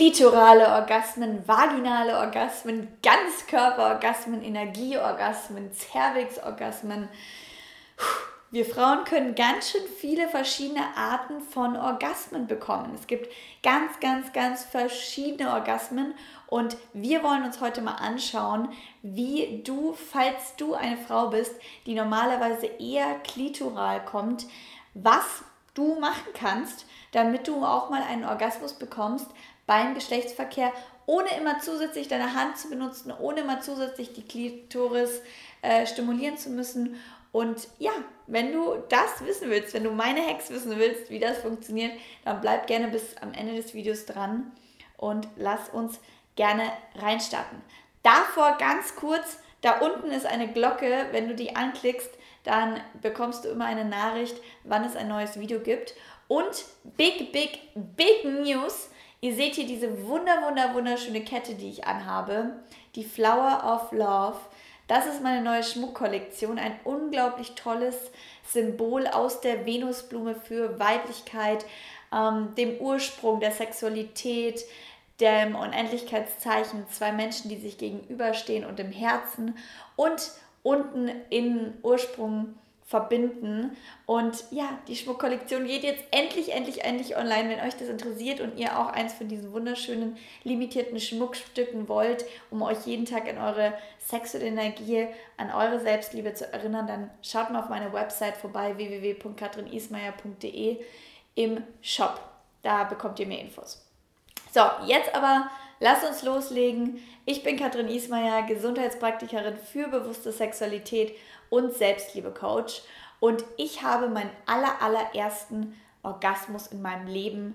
klitorale Orgasmen, vaginale Orgasmen, Ganzkörperorgasmen, Energieorgasmen, Cervixorgasmen. Wir Frauen können ganz schön viele verschiedene Arten von Orgasmen bekommen. Es gibt ganz, ganz, ganz verschiedene Orgasmen und wir wollen uns heute mal anschauen, wie du, falls du eine Frau bist, die normalerweise eher klitoral kommt, was du machen kannst, damit du auch mal einen Orgasmus bekommst beim Geschlechtsverkehr, ohne immer zusätzlich deine Hand zu benutzen, ohne immer zusätzlich die Klitoris stimulieren zu müssen. Und ja, wenn du das wissen willst, wenn du meine Hacks wissen willst, wie das funktioniert, dann bleib gerne bis am Ende des Videos dran und lass uns gerne reinstarten. Davor ganz kurz, da unten ist eine Glocke, wenn du die anklickst, dann bekommst du immer eine Nachricht, wann es ein neues Video gibt. Und big News, ihr seht hier diese wunderschöne Kette, die ich anhabe, die Flower of Love. Das ist meine neue Schmuckkollektion, ein unglaublich tolles Symbol aus der Venusblume für Weiblichkeit, dem Ursprung der Sexualität, dem Unendlichkeitszeichen, zwei Menschen, die sich gegenüberstehen und im Herzen und unten in Ursprung verbinden. Und ja, die Schmuckkollektion geht jetzt endlich online, wenn euch das interessiert und ihr auch eins von diesen wunderschönen limitierten Schmuckstücken wollt, um euch jeden Tag an eure sexuelle Energie, an eure Selbstliebe zu erinnern, dann schaut mal auf meine Website vorbei, www.katrinismayer.de im Shop. Da bekommt ihr mehr Infos. So, jetzt aber lasst uns loslegen. Ich bin Katrin Ismayer, Gesundheitspraktikerin für bewusste Sexualität und Selbstliebe-Coach. Und ich habe meinen allerersten Orgasmus in meinem Leben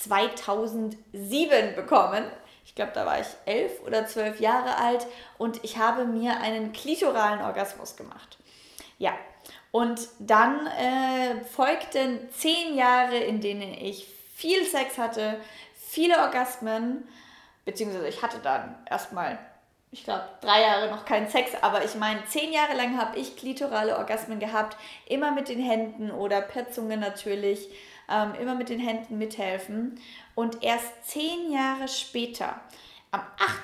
2007 bekommen. Ich glaube, da war ich 11 oder 12 Jahre alt und ich habe mir einen klitoralen Orgasmus gemacht. Ja, und dann folgten 10 Jahre, in denen ich viel Sex hatte, viele Orgasmen, beziehungsweise ich hatte dann erstmal, ich glaube, 3 Jahre noch keinen Sex, aber ich meine, 10 Jahre lang habe ich klitorale Orgasmen gehabt, immer mit den Händen oder per Zunge natürlich, immer mit den Händen mithelfen. Und erst 10 Jahre später, am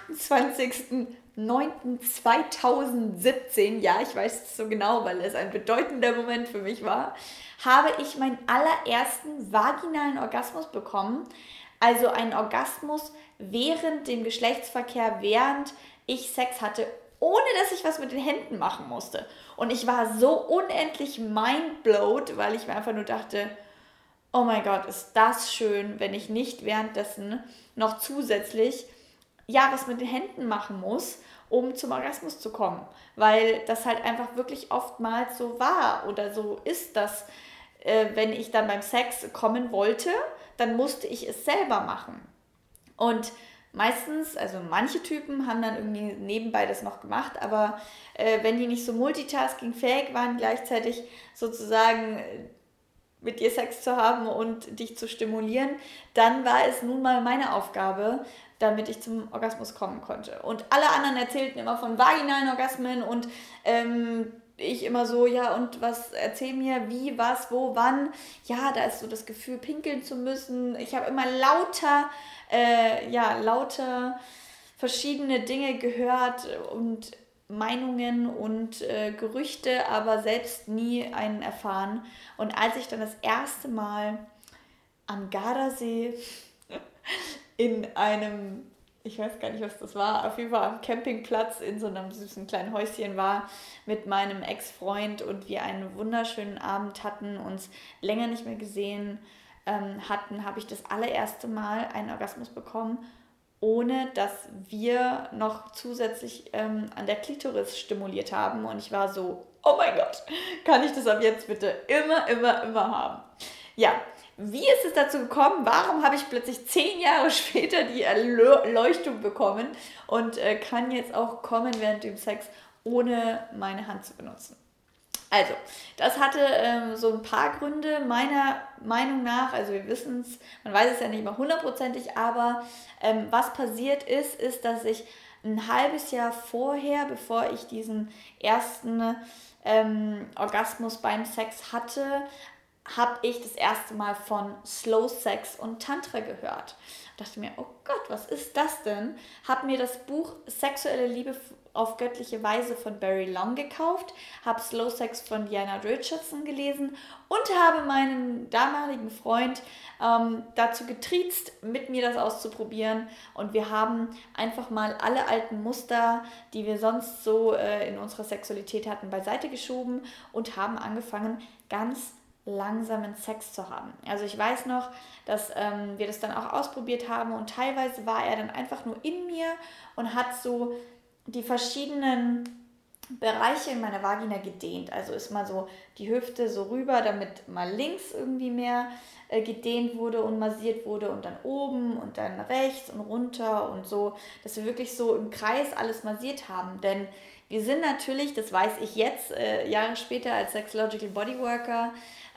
28.09.2017, ja, ich weiß es so genau, weil es ein bedeutender Moment für mich war, habe ich meinen allerersten vaginalen Orgasmus bekommen. Also ein Orgasmus während dem Geschlechtsverkehr, während ich Sex hatte, ohne dass ich was mit den Händen machen musste. Und ich war so unendlich mindblowed, weil ich mir einfach nur dachte, oh mein Gott, ist das schön, wenn ich nicht währenddessen noch zusätzlich was mit den Händen machen muss, um zum Orgasmus zu kommen. Weil das halt einfach wirklich oftmals so war oder so ist, dass wenn ich dann beim Sex kommen wollte, dann musste ich es selber machen. Und meistens, also manche Typen haben dann irgendwie nebenbei das noch gemacht, aber wenn die nicht so multitaskingfähig waren, gleichzeitig sozusagen mit dir Sex zu haben und dich zu stimulieren, dann war es nun mal meine Aufgabe, damit ich zum Orgasmus kommen konnte. Und alle anderen erzählten immer von vaginalen Orgasmen und ich immer so, ja, und was, erzähl mir, wie, was, wo, wann. Ja, da ist so das Gefühl, pinkeln zu müssen. Ich habe immer lauter verschiedene Dinge gehört und Meinungen und Gerüchte, aber selbst nie einen erfahren. Und als ich dann das erste Mal am Gardasee in einem, ich weiß gar nicht, was das war, auf jeden Fall am Campingplatz in so einem süßen kleinen Häuschen war mit meinem Ex-Freund und wir einen wunderschönen Abend hatten, uns länger nicht mehr gesehen hatten, habe ich das allererste Mal einen Orgasmus bekommen, ohne dass wir noch zusätzlich an der Klitoris stimuliert haben. Und ich war so, oh mein Gott, kann ich das ab jetzt bitte immer haben? Ja, wie ist es dazu gekommen? Warum habe ich plötzlich 10 Jahre später die Erleuchtung bekommen und kann jetzt auch kommen während dem Sex, ohne meine Hand zu benutzen? Also, das hatte so ein paar Gründe meiner Meinung nach, also wir wissen es, man weiß es ja nicht immer hundertprozentig, aber was passiert ist, dass ich ein halbes Jahr vorher, bevor ich diesen ersten Orgasmus beim Sex hatte, habe ich das erste Mal von Slow Sex und Tantra gehört. Dachte mir, oh Gott, was ist das denn? Habe mir das Buch Sexuelle Liebe auf göttliche Weise von Barry Long gekauft, habe Slow Sex von Diana Richardson gelesen und habe meinen damaligen Freund dazu getriezt, mit mir das auszuprobieren. Und wir haben einfach mal alle alten Muster, die wir sonst so in unserer Sexualität hatten, beiseite geschoben und haben angefangen, ganz langsamen Sex zu haben. Also ich weiß noch, dass wir das dann auch ausprobiert haben und teilweise war er dann einfach nur in mir und hat so die verschiedenen Bereiche in meiner Vagina gedehnt. Also ist mal so die Hüfte so rüber, damit mal links irgendwie mehr gedehnt wurde und massiert wurde und dann oben und dann rechts und runter und so, dass wir wirklich so im Kreis alles massiert haben. Denn wir sind natürlich, das weiß ich jetzt, Jahre später als Sexological Bodyworker,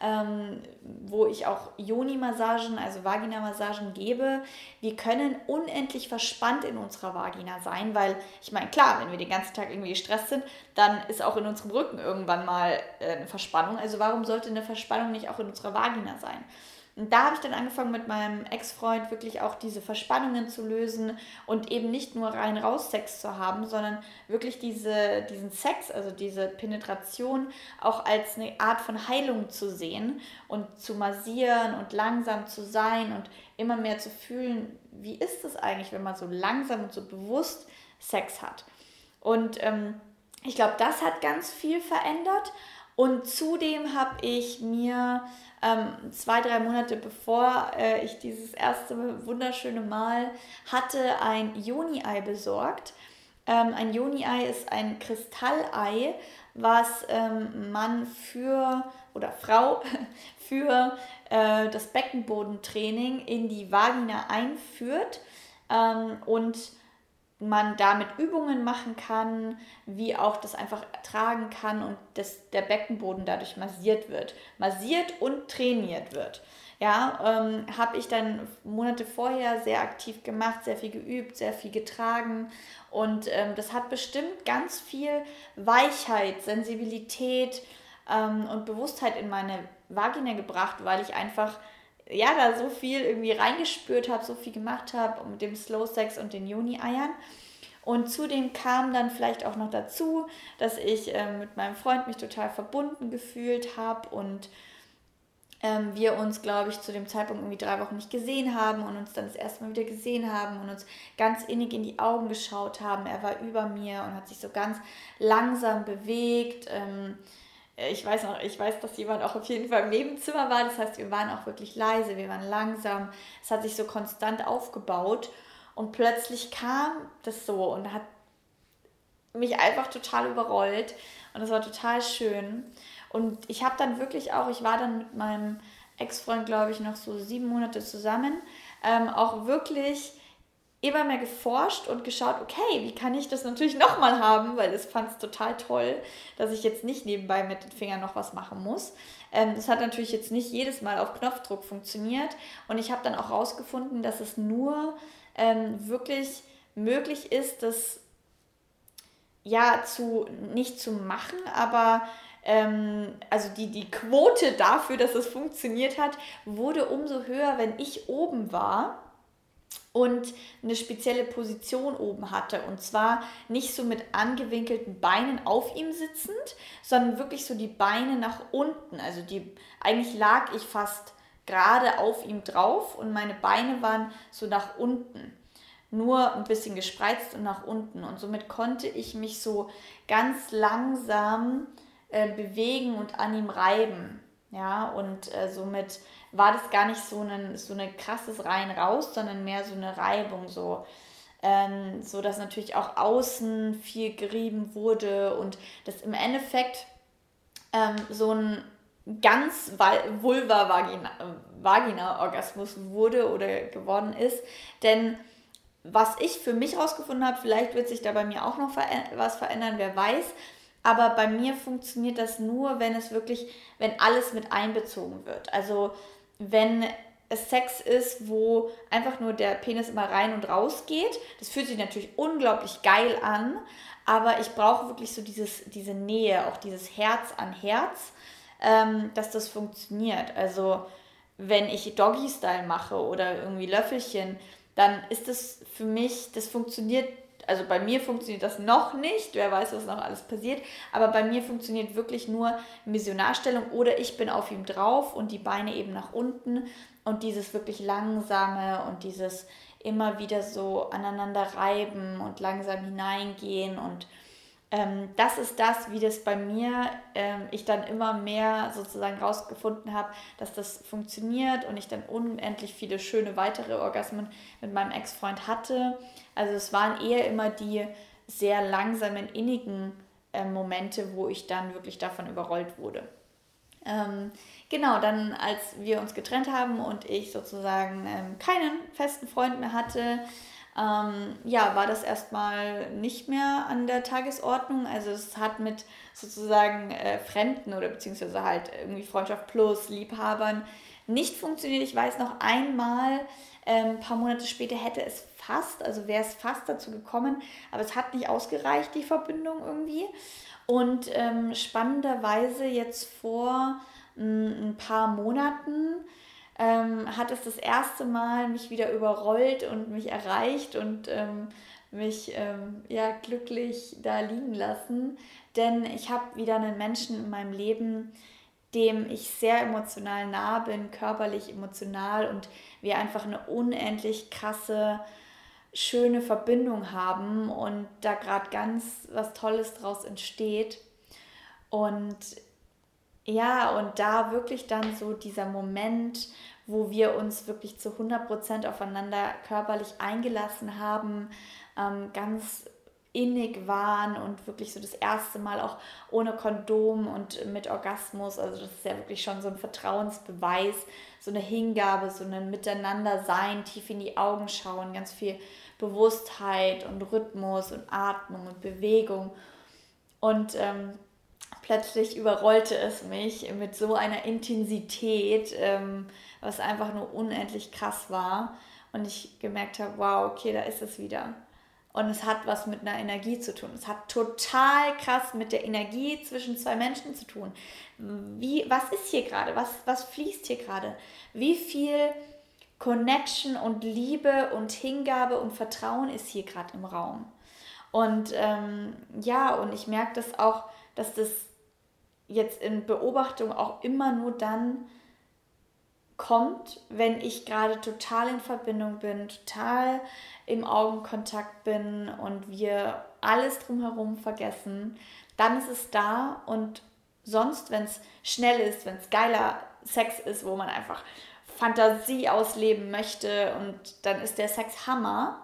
wo ich auch Yoni-Massagen, also Vagina-Massagen gebe. Wir können unendlich verspannt in unserer Vagina sein, weil, ich meine, klar, wenn wir den ganzen Tag irgendwie gestresst sind, dann ist auch in unserem Rücken irgendwann mal eine Verspannung. Also warum sollte eine Verspannung nicht auch in unserer Vagina sein? Und da habe ich dann angefangen mit meinem Ex-Freund wirklich auch diese Verspannungen zu lösen und eben nicht nur rein-raus-Sex zu haben, sondern wirklich diesen Sex, also diese Penetration auch als eine Art von Heilung zu sehen und zu massieren und langsam zu sein und immer mehr zu fühlen, wie ist es eigentlich, wenn man so langsam und so bewusst Sex hat. Und ich glaube, das hat ganz viel verändert. Und zudem habe ich mir 2-3 Monate bevor ich dieses erste wunderschöne Mal hatte, ein Yoni-Ei besorgt. Ein Yoni-Ei ist ein Kristallei, was Mann oder Frau für das Beckenbodentraining in die Vagina einführt und man damit Übungen machen kann, wie auch das einfach tragen kann und der Beckenboden dadurch massiert und trainiert wird. Ja, habe ich dann Monate vorher sehr aktiv gemacht, sehr viel geübt, sehr viel getragen und das hat bestimmt ganz viel Weichheit, Sensibilität und Bewusstheit in meine Vagina gebracht, weil ich einfach da so viel irgendwie reingespürt habe, so viel gemacht habe mit dem Slow Sex und den Yoni-Eiern. Und zudem kam dann vielleicht auch noch dazu, dass ich mit meinem Freund mich total verbunden gefühlt habe und wir uns, glaube ich, zu dem Zeitpunkt irgendwie 3 Wochen nicht gesehen haben und uns dann das erste Mal wieder gesehen haben und uns ganz innig in die Augen geschaut haben. Er war über mir und hat sich so ganz langsam bewegt. Ich weiß, dass jemand auch auf jeden Fall im Nebenzimmer war. Das heißt, wir waren auch wirklich leise, wir waren langsam. Es hat sich so konstant aufgebaut. Und plötzlich kam das so und hat mich einfach total überrollt. Und das war total schön. Und ich habe dann wirklich auch, ich war dann mit meinem Ex-Freund, glaube ich, noch so 7 Monate zusammen, auch wirklich immer mehr geforscht und geschaut, okay, wie kann ich das natürlich nochmal haben, weil ich fand es total toll, dass ich jetzt nicht nebenbei mit den Fingern noch was machen muss. Das hat natürlich jetzt nicht jedes Mal auf Knopfdruck funktioniert und ich habe dann auch rausgefunden, dass es nur wirklich möglich ist, das nicht zu machen, aber also die Quote dafür, dass es funktioniert hat, wurde umso höher, wenn ich oben war und eine spezielle Position oben hatte. Und zwar nicht so mit angewinkelten Beinen auf ihm sitzend, sondern wirklich so die Beine nach unten. Also eigentlich lag ich fast gerade auf ihm drauf und meine Beine waren so nach unten. Nur ein bisschen gespreizt und nach unten. Und somit konnte ich mich so ganz langsam bewegen und an ihm reiben. Ja, und somit war das gar nicht so ein krasses Rein-Raus, sondern mehr so eine Reibung, so dass natürlich auch außen viel gerieben wurde und das im Endeffekt so ein ganz Vulva-Vagina-Orgasmus wurde oder geworden ist. Denn was ich für mich rausgefunden habe, vielleicht wird sich da bei mir auch noch was verändern, wer weiß, aber bei mir funktioniert das nur, wenn alles mit einbezogen wird. Also wenn es Sex ist, wo einfach nur der Penis immer rein und raus geht, das fühlt sich natürlich unglaublich geil an, aber ich brauche wirklich so diese Nähe, auch dieses Herz an Herz. dass das funktioniert. Also wenn ich Doggy-Style mache oder irgendwie Löffelchen, dann ist das für mich, das funktioniert, also bei mir funktioniert das noch nicht, wer weiß, was noch alles passiert, aber bei mir funktioniert wirklich nur Missionarstellung oder ich bin auf ihm drauf und die Beine eben nach unten und dieses wirklich langsame und dieses immer wieder so aneinander reiben und langsam hineingehen und das ist das, wie das bei mir, ich dann immer mehr sozusagen rausgefunden habe, dass das funktioniert und ich dann unendlich viele schöne weitere Orgasmen mit meinem Ex-Freund hatte. Also es waren eher immer die sehr langsamen, innigen Momente, wo ich dann wirklich davon überrollt wurde. Genau, dann als wir uns getrennt haben und ich sozusagen keinen festen Freund mehr hatte, war das erstmal nicht mehr an der Tagesordnung. Also es hat mit sozusagen Fremden oder beziehungsweise halt irgendwie Freundschaft plus Liebhabern nicht funktioniert. Ich weiß noch einmal, ein paar Monate später hätte es fast, also wäre es fast dazu gekommen, aber es hat nicht ausgereicht, die Verbindung irgendwie. Und spannenderweise jetzt vor ein paar Monaten hat es das erste Mal mich wieder überrollt und mich erreicht und mich glücklich da liegen lassen. Denn ich habe wieder einen Menschen in meinem Leben, dem ich sehr emotional nah bin, körperlich, emotional und wir einfach eine unendlich krasse, schöne Verbindung haben und da gerade ganz was Tolles draus entsteht. Und ja, und da wirklich dann so dieser Moment, wo wir uns wirklich zu 100% aufeinander körperlich eingelassen haben, ganz innig waren und wirklich so das erste Mal auch ohne Kondom und mit Orgasmus, also das ist ja wirklich schon so ein Vertrauensbeweis, so eine Hingabe, so ein Miteinander-Sein, tief in die Augen schauen, ganz viel Bewusstheit und Rhythmus und Atmung und Bewegung und plötzlich überrollte es mich mit so einer Intensität, was einfach nur unendlich krass war. Und ich gemerkt habe, wow, okay, da ist es wieder. Und es hat was mit einer Energie zu tun. Es hat total krass mit der Energie zwischen zwei Menschen zu tun. Was ist hier gerade? Was fließt hier gerade? Wie viel Connection und Liebe und Hingabe und Vertrauen ist hier gerade im Raum? Und und ich merke das auch, dass das jetzt in Beobachtung auch immer nur dann kommt, wenn ich gerade total in Verbindung bin, total im Augenkontakt bin und wir alles drumherum vergessen, dann ist es da und sonst, wenn es schnell ist, wenn es geiler Sex ist, wo man einfach Fantasie ausleben möchte und dann ist der Sex Hammer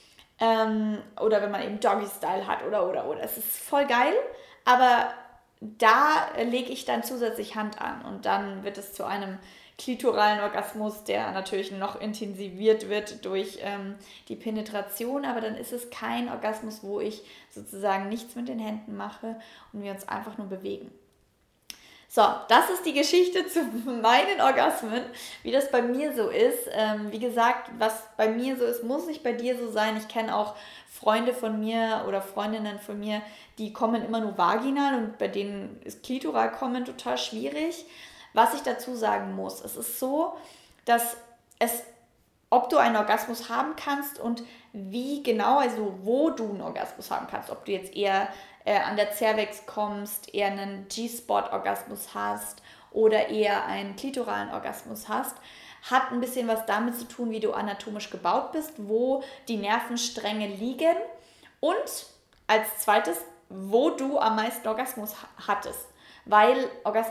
oder wenn man eben Doggy-Style hat oder. Es ist voll geil, aber da lege ich dann zusätzlich Hand an und dann wird es zu einem klitoralen Orgasmus, der natürlich noch intensiviert wird durch die Penetration, aber dann ist es kein Orgasmus, wo ich sozusagen nichts mit den Händen mache und wir uns einfach nur bewegen. So, das ist die Geschichte zu meinen Orgasmen, wie das bei mir so ist. Wie gesagt, was bei mir so ist, muss nicht bei dir so sein. Ich kenne auch Freunde von mir oder Freundinnen von mir, die kommen immer nur vaginal und bei denen ist klitoral kommen total schwierig. Was ich dazu sagen muss, es ist so, dass ob du einen Orgasmus haben kannst und wie genau, also wo du einen Orgasmus haben kannst, ob du jetzt eher an der Cervix kommst, eher einen G-Spot-Orgasmus hast oder eher einen klitoralen Orgasmus hast, hat ein bisschen was damit zu tun, wie du anatomisch gebaut bist, wo die Nervenstränge liegen und als zweites, wo du am meisten Orgasmen hattest, weil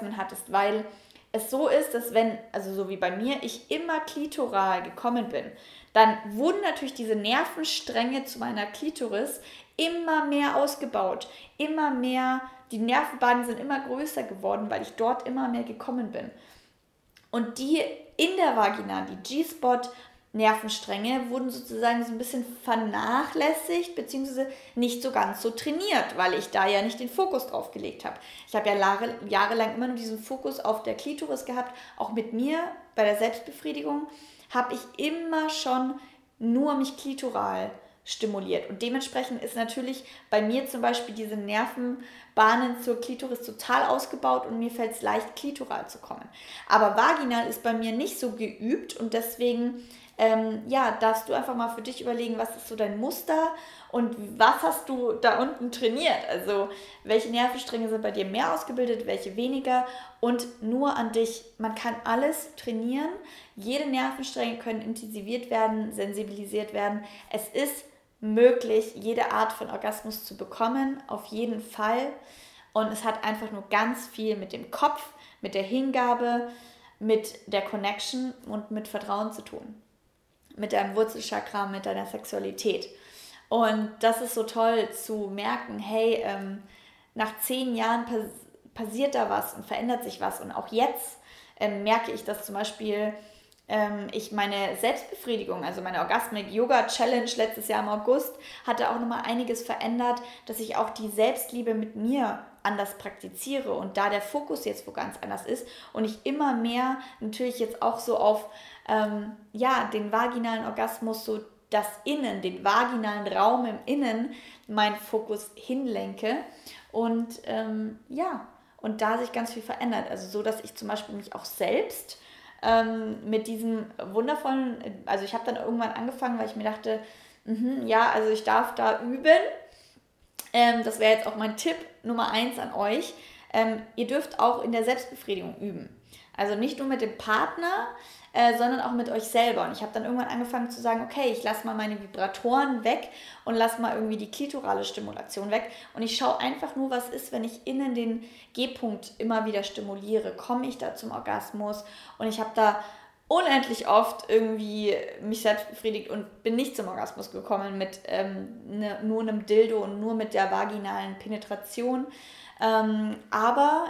es so ist, dass wenn, also so wie bei mir, ich immer klitoral gekommen bin, dann wurden natürlich diese Nervenstränge zu meiner Klitoris immer mehr ausgebaut, immer mehr, die Nervenbahnen sind immer größer geworden, weil ich dort immer mehr gekommen bin. Und die in der Vagina, die G-Spot-Nervenstränge, wurden sozusagen so ein bisschen vernachlässigt, beziehungsweise nicht so ganz so trainiert, weil ich da ja nicht den Fokus drauf gelegt habe. Ich habe ja jahrelang immer nur diesen Fokus auf der Klitoris gehabt, auch mit mir bei der Selbstbefriedigung habe ich immer schon nur mich klitoral stimuliert. Und dementsprechend ist natürlich bei mir zum Beispiel diese Nervenbahnen zur Klitoris total ausgebaut und mir fällt es leicht, klitoral zu kommen. Aber vaginal ist bei mir nicht so geübt und deswegen darfst du einfach mal für dich überlegen, was ist so dein Muster und was hast du da unten trainiert? Also welche Nervenstränge sind bei dir mehr ausgebildet, welche weniger und nur an dich. Man kann alles trainieren, jede Nervenstränge können intensiviert werden, sensibilisiert werden. Es ist möglich, jede Art von Orgasmus zu bekommen, auf jeden Fall. Und es hat einfach nur ganz viel mit dem Kopf, mit der Hingabe, mit der Connection und mit Vertrauen zu tun. Mit deinem Wurzelchakra, mit deiner Sexualität. Und das ist so toll zu merken, hey, nach 10 Jahren passiert da was und verändert sich was. Und auch jetzt merke ich, dass zum Beispiel ich meine Selbstbefriedigung, also meine Orgasmic Yoga Challenge letztes Jahr im August, hatte auch nochmal einiges verändert, dass ich auch die Selbstliebe mit mir anders praktiziere und da der Fokus jetzt wo ganz anders ist und ich immer mehr natürlich jetzt auch so auf den vaginalen Orgasmus, so das Innen, den vaginalen Raum im Innen, meinen Fokus hinlenke und und da sich ganz viel verändert. Also so, dass ich zum Beispiel mich auch selbst mit diesem wundervollen, also ich habe dann irgendwann angefangen, weil ich mir dachte, also ich darf da üben. Das wäre jetzt auch mein Tipp Nummer 1 an euch. Ihr dürft auch in der Selbstbefriedigung üben. Also nicht nur mit dem Partner, sondern auch mit euch selber. Und ich habe dann irgendwann angefangen zu sagen, okay, ich lasse mal meine Vibratoren weg und lasse mal irgendwie die klitorale Stimulation weg. Und ich schaue einfach nur, was ist, wenn ich innen den G-Punkt immer wieder stimuliere. Komme ich da zum Orgasmus? Und ich habe da unendlich oft irgendwie mich selbst befriedigt und bin nicht zum Orgasmus gekommen mit nur einem Dildo und nur mit der vaginalen Penetration. Aber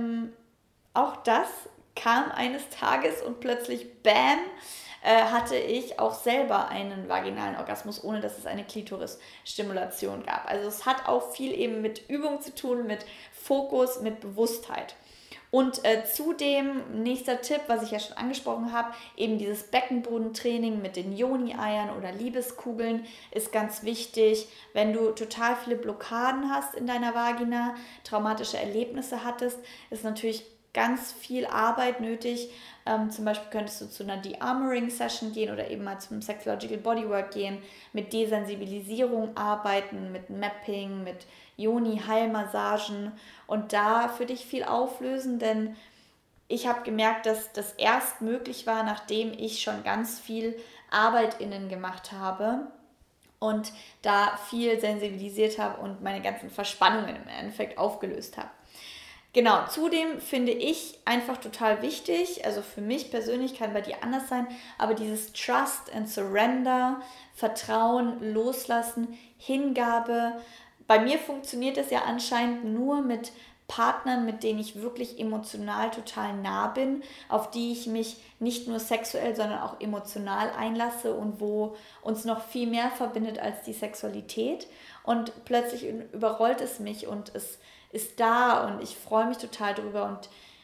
auch das kam eines Tages und plötzlich, bam, hatte ich auch selber einen vaginalen Orgasmus, ohne dass es eine Klitoris-Stimulation gab. Also es hat auch viel eben mit Übung zu tun, mit Fokus, mit Bewusstheit. Und zudem, nächster Tipp, was ich ja schon angesprochen habe, eben dieses Beckenbodentraining mit den Yoni-Eiern oder Liebeskugeln ist ganz wichtig. Wenn du total viele Blockaden hast in deiner Vagina, traumatische Erlebnisse hattest, ist natürlich ganz viel Arbeit nötig. Zum Beispiel könntest du zu einer De-Armoring-Session gehen oder eben mal zum Sexological Bodywork gehen, mit Desensibilisierung arbeiten, mit Mapping, mit Yoni-Heilmassagen und da für dich viel auflösen, denn ich habe gemerkt, dass das erst möglich war, nachdem ich schon ganz viel Arbeit innen gemacht habe und da viel sensibilisiert habe und meine ganzen Verspannungen im Endeffekt aufgelöst habe. Genau, zudem finde ich einfach total wichtig, also für mich persönlich, kann bei dir anders sein, aber dieses Trust and Surrender, Vertrauen, Loslassen, Hingabe. Bei mir funktioniert das ja anscheinend nur mit Partnern, mit denen ich wirklich emotional total nah bin, auf die ich mich nicht nur sexuell, sondern auch emotional einlasse und wo uns noch viel mehr verbindet als die Sexualität. Und plötzlich überrollt es mich und es ist da und ich freue mich total drüber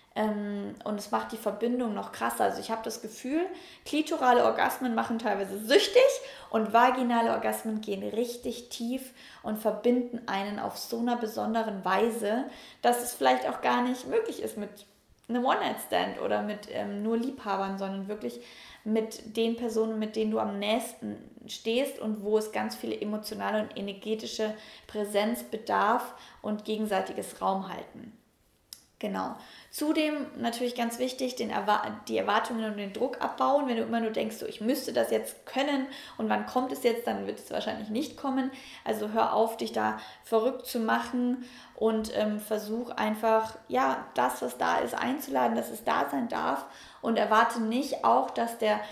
und es macht die Verbindung noch krasser. Also ich habe das Gefühl, klitorale Orgasmen machen teilweise süchtig und vaginale Orgasmen gehen richtig tief und verbinden einen auf so einer besonderen Weise, dass es vielleicht auch gar nicht möglich ist mit einem One-Night-Stand oder mit nur Liebhabern, sondern wirklich mit den Personen, mit denen du am nächsten stehst und wo es ganz viele emotionale und energetische Präsenz bedarf und gegenseitiges Raum halten. Genau. Zudem natürlich ganz wichtig, die Erwartungen und den Druck abbauen. Wenn du immer nur denkst, so, ich müsste das jetzt können und wann kommt es jetzt, dann wird es wahrscheinlich nicht kommen. Also hör auf, dich da verrückt zu machen und versuch einfach, das, was da ist, einzuladen, dass es da sein darf und erwarte nicht auch, dass der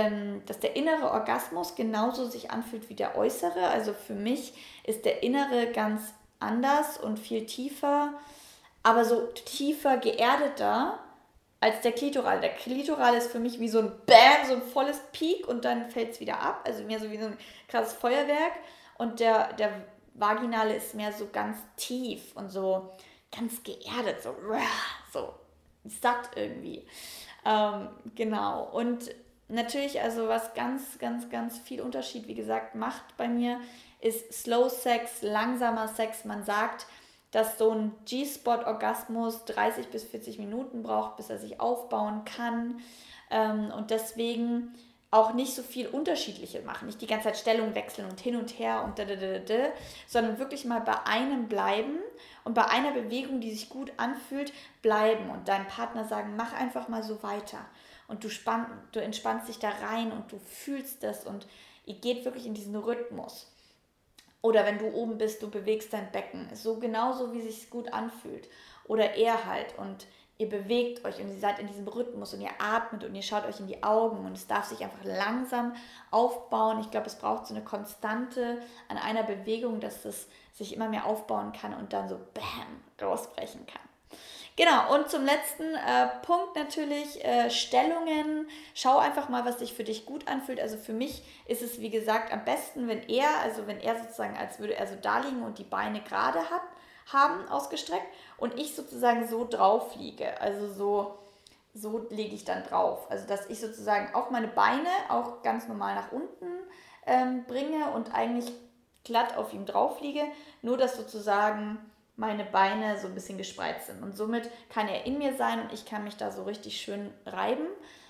innere Orgasmus genauso sich anfühlt wie der äußere. Also für mich ist der innere ganz anders und viel tiefer, aber so tiefer geerdeter als der Klitorale. Der Klitorale ist für mich wie so ein Bam, so ein volles Peak und dann fällt es wieder ab. Also mehr so wie so ein krasses Feuerwerk. Und der Vaginale ist mehr so ganz tief und so ganz geerdet, so satt irgendwie. Genau. Und natürlich, also was ganz, ganz, ganz viel Unterschied, wie gesagt, macht bei mir, ist Slow Sex, langsamer Sex. Man sagt, dass so ein G-Spot-Orgasmus 30 bis 40 Minuten braucht, bis er sich aufbauen kann. Und deswegen auch nicht so viel Unterschiedliche machen. Nicht die ganze Zeit Stellung wechseln und hin und her und sondern wirklich mal bei einem bleiben und bei einer Bewegung, die sich gut anfühlt, bleiben und deinem Partner sagen, mach einfach mal so weiter. Und du entspannst dich da rein und du fühlst das und ihr geht wirklich in diesen Rhythmus. Oder wenn du oben bist, du bewegst dein Becken. So genauso, wie es sich gut anfühlt. Oder er halt. Und ihr bewegt euch und ihr seid in diesem Rhythmus und ihr atmet und ihr schaut euch in die Augen und es darf sich einfach langsam aufbauen. Ich glaube, es braucht so eine Konstante an einer Bewegung, dass es sich immer mehr aufbauen kann und dann so bam rausbrechen kann. Genau, und zum letzten Punkt natürlich Stellungen. Schau einfach mal, was sich für dich gut anfühlt. Also für mich ist es, wie gesagt, am besten, wenn er sozusagen, als würde er so da liegen und die Beine gerade haben, ausgestreckt und ich sozusagen so drauf liege. Also so lege ich dann drauf. Also dass ich sozusagen auch meine Beine auch ganz normal nach unten bringe und eigentlich glatt auf ihm drauf liege, nur dass sozusagen meine Beine so ein bisschen gespreizt sind. Und somit kann er in mir sein und ich kann mich da so richtig schön reiben.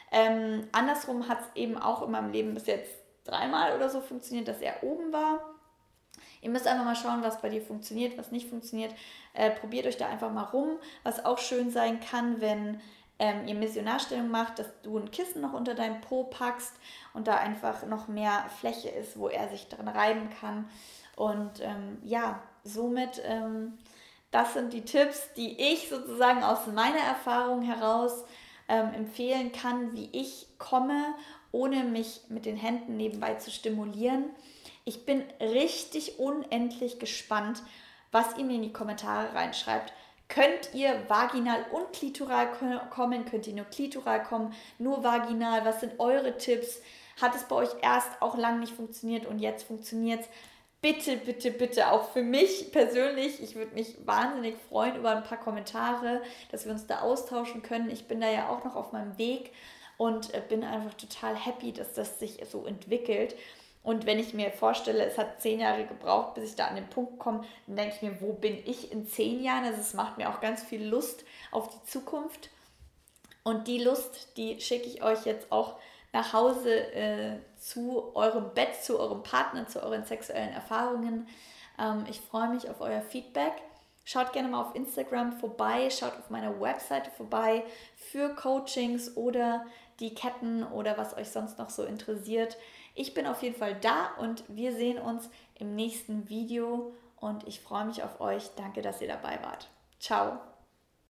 Andersrum hat es eben auch in meinem Leben bis jetzt 3-mal oder so funktioniert, dass er oben war. Ihr müsst einfach mal schauen, was bei dir funktioniert, was nicht funktioniert. Probiert euch da einfach mal rum. Was auch schön sein kann, wenn ihr Missionarstellung macht, dass du ein Kissen noch unter deinem Po packst und da einfach noch mehr Fläche ist, wo er sich dran reiben kann. Und somit... das sind die Tipps, die ich sozusagen aus meiner Erfahrung heraus empfehlen kann, wie ich komme, ohne mich mit den Händen nebenbei zu stimulieren. Ich bin richtig unendlich gespannt, was ihr mir in die Kommentare reinschreibt. Könnt ihr vaginal und klitoral kommen? Könnt ihr nur klitoral kommen? Nur vaginal? Was sind eure Tipps? Hat es bei euch erst auch lange nicht funktioniert und jetzt funktioniert es? Bitte, bitte, bitte, auch für mich persönlich, ich würde mich wahnsinnig freuen über ein paar Kommentare, dass wir uns da austauschen können. Ich bin da ja auch noch auf meinem Weg und bin einfach total happy, dass das sich so entwickelt. Und wenn ich mir vorstelle, es hat 10 Jahre gebraucht, bis ich da an den Punkt komme, dann denke ich mir, wo bin ich in 10 Jahren? Also es macht mir auch ganz viel Lust auf die Zukunft. Und die Lust, die schicke ich euch jetzt auch nach Hause zu eurem Bett, zu eurem Partner, zu euren sexuellen Erfahrungen. Ich freue mich auf euer Feedback. Schaut gerne mal auf Instagram vorbei, schaut auf meiner Webseite vorbei für Coachings oder die Ketten oder was euch sonst noch so interessiert. Ich bin auf jeden Fall da und wir sehen uns im nächsten Video und ich freue mich auf euch. Danke, dass ihr dabei wart. Ciao.